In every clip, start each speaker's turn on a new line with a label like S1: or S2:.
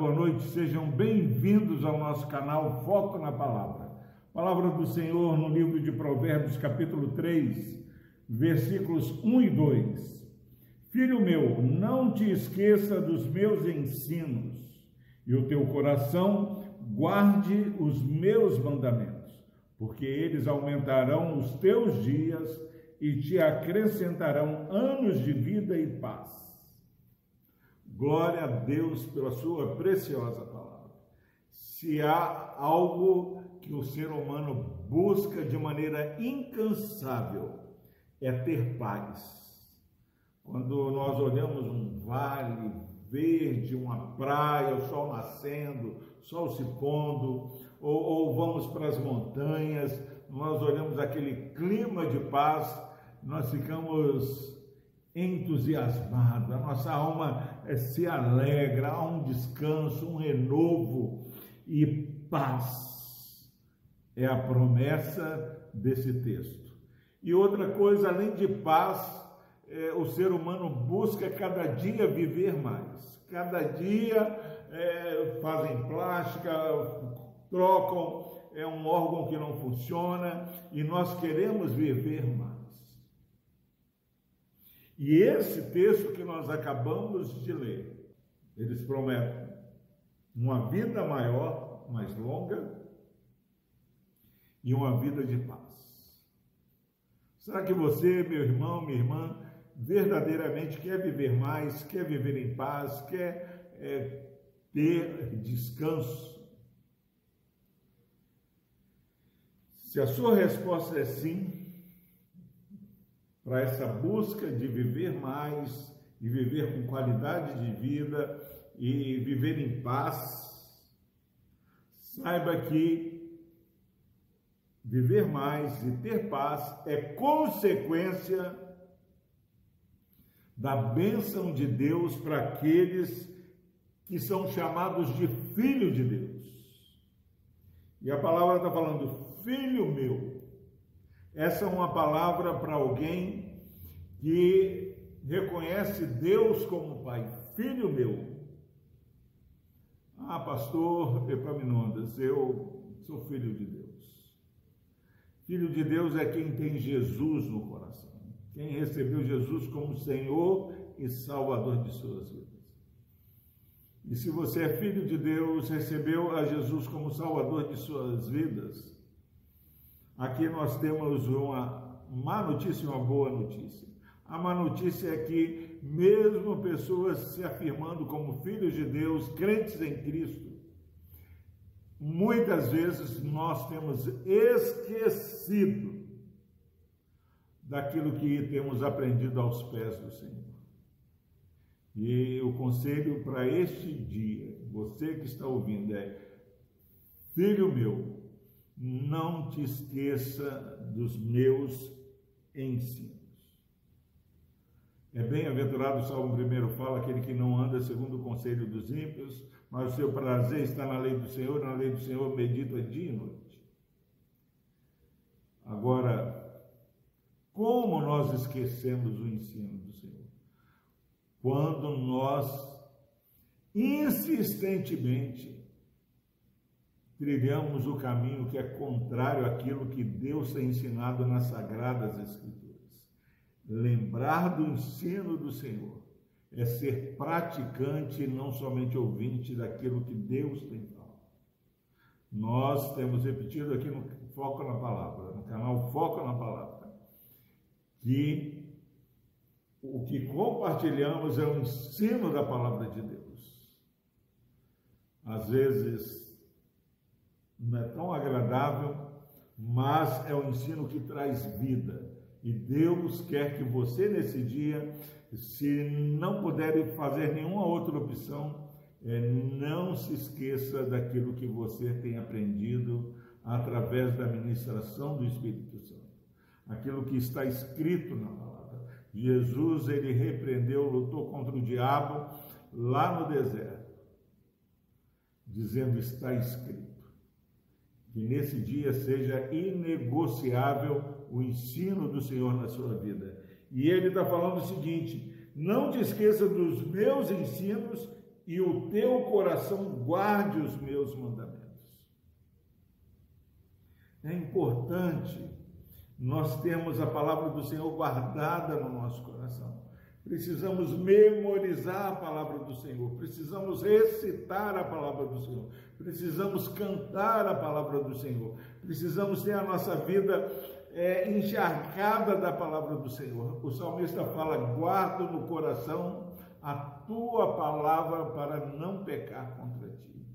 S1: boa noite, sejam bem-vindos ao nosso canal Foco na Palavra. Palavra do Senhor no livro de Provérbios, capítulo 3, versículos 1 e 2. Filho meu, não te esqueça dos meus ensinos, e o teu coração guarde os meus mandamentos, porque eles aumentarão os teus dias e te acrescentarão anos de vida e paz. Glória a Deus pela sua preciosa palavra. Se há algo que o ser humano busca de maneira incansável, é ter paz. Quando nós olhamos um vale verde, uma praia, o sol nascendo, o sol se pondo, ou vamos para as montanhas, nós olhamos aquele clima de paz, nós ficamos entusiasmados, a nossa alma se alegra, há um descanso, um renovo e paz. É a promessa desse texto. E outra coisa, além de paz, o ser humano busca cada dia viver mais. Cada dia fazem plástica, trocam, é um órgão que não funciona e nós queremos viver mais. E esse texto que nós acabamos de ler, eles prometem uma vida maior, mais longa e uma vida de paz. Será que você, meu irmão, minha irmã, verdadeiramente quer viver mais, quer viver em paz, quer ter descanso? Se a sua resposta é sim, para essa busca de viver mais e viver com qualidade de vida e viver em paz, saiba que viver mais e ter paz é consequência da bênção de Deus para aqueles que são chamados de filho de Deus. E a palavra está falando, filho meu. Essa é uma palavra para alguém que reconhece Deus como Pai. Filho meu. Ah, pastor Epaminondas, eu sou filho de Deus. Filho de Deus é quem tem Jesus no coração. Quem recebeu Jesus como Senhor e Salvador de suas vidas. E se você é filho de Deus, recebeu a Jesus como Salvador de suas vidas, aqui nós temos uma má notícia e uma boa notícia. A má notícia é que, mesmo pessoas se afirmando como filhos de Deus, crentes em Cristo, muitas vezes nós temos esquecido daquilo que temos aprendido aos pés do Senhor. E o conselho para este dia, você que está ouvindo, é: filho meu, não te esqueça dos meus ensinos. É bem-aventurado, o Salmo 1 fala, aquele que não anda segundo o conselho dos ímpios, mas o seu prazer está na lei do Senhor, na lei do Senhor medita dia e noite. Agora, como nós esquecemos o ensino do Senhor? Quando nós insistentemente trilhamos o caminho que é contrário àquilo que Deus tem ensinado nas Sagradas Escrituras. Lembrar do ensino do Senhor é ser praticante e não somente ouvinte daquilo que Deus tem falado. Nós temos repetido aqui no Foco na Palavra, no canal Foco na Palavra, que o que compartilhamos é o ensino da Palavra de Deus. Às vezes não é tão agradável, mas é o ensino que traz vida. E Deus quer que você, nesse dia, se não puder fazer nenhuma outra opção, não se esqueça daquilo que você tem aprendido através da ministração do Espírito Santo. Aquilo que está escrito na palavra. Jesus, ele repreendeu, lutou contra o diabo lá no deserto, dizendo: está escrito. Que nesse dia seja inegociável o ensino do Senhor na sua vida. E ele está falando o seguinte: não te esqueça dos meus ensinos e o teu coração guarde os meus mandamentos. É importante nós termos a palavra do Senhor guardada no nosso coração. Precisamos memorizar a palavra do Senhor, precisamos recitar a palavra do Senhor, precisamos cantar a palavra do Senhor, precisamos ter a nossa vida encharcada da palavra do Senhor. O salmista fala: guarda no coração a tua palavra para não pecar contra ti.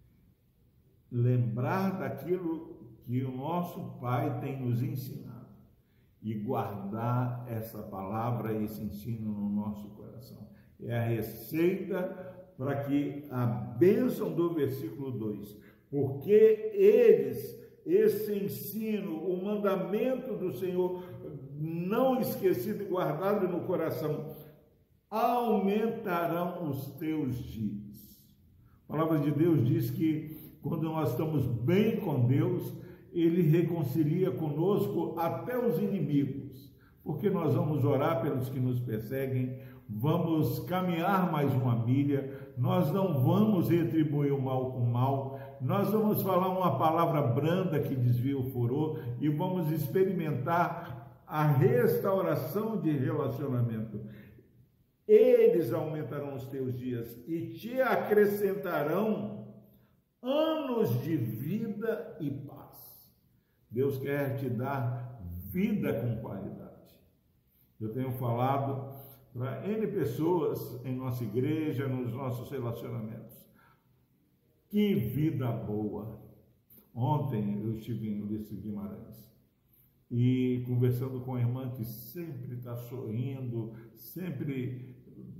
S1: Lembrar daquilo que o nosso Pai tem nos ensinado e guardar essa palavra e esse ensino no nosso coração. É a receita para que a bênção do versículo 2, porque eles, esse ensino, o mandamento do Senhor, não esquecido e guardado no coração, aumentarão os teus dias. A palavra de Deus diz que quando nós estamos bem com Deus, Ele reconcilia conosco até os inimigos, porque nós vamos orar pelos que nos perseguem, vamos caminhar mais uma milha, nós não vamos retribuir o mal com o mal, nós vamos falar uma palavra branda que desvia o furor e vamos experimentar a restauração de relacionamento. Eles aumentarão os teus dias e te acrescentarão anos de vida e paz. Deus quer te dar vida com qualidade. Eu tenho falado para N pessoas em nossa igreja, nos nossos relacionamentos. Que vida boa! Ontem eu estive em Ulisses Guimarães e conversando com a irmã que sempre está sorrindo, sempre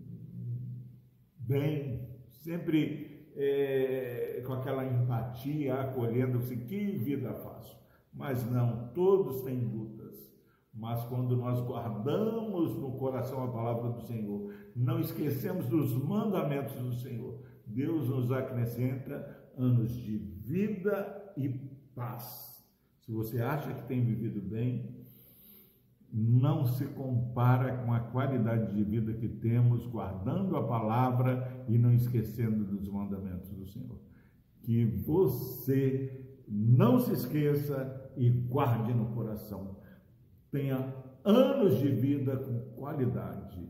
S1: bem, sempre com aquela empatia, acolhendo-se. Que vida fácil! Mas não, todos têm lutas. Mas quando nós guardamos no coração a palavra do Senhor, não esquecemos dos mandamentos do Senhor, Deus nos acrescenta anos de vida e paz. Se você acha que tem vivido bem, não se compara com a qualidade de vida que temos guardando a palavra e não esquecendo dos mandamentos do Senhor. Que você não se esqueça e guarde no coração. Tenha anos de vida com qualidade,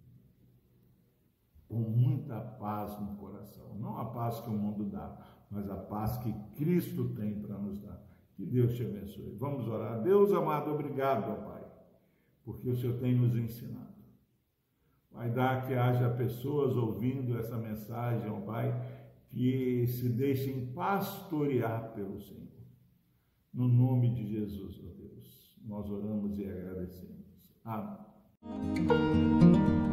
S1: com muita paz no coração. Não a paz que o mundo dá, mas a paz que Cristo tem para nos dar. Que Deus te abençoe. Vamos orar. Deus amado, obrigado, ó Pai, porque o Senhor tem nos ensinado. Vai dar que haja pessoas ouvindo essa mensagem, ó Pai, que se deixem pastorear pelo Senhor. No nome de Jesus, ó Deus, nós oramos e agradecemos. Amém.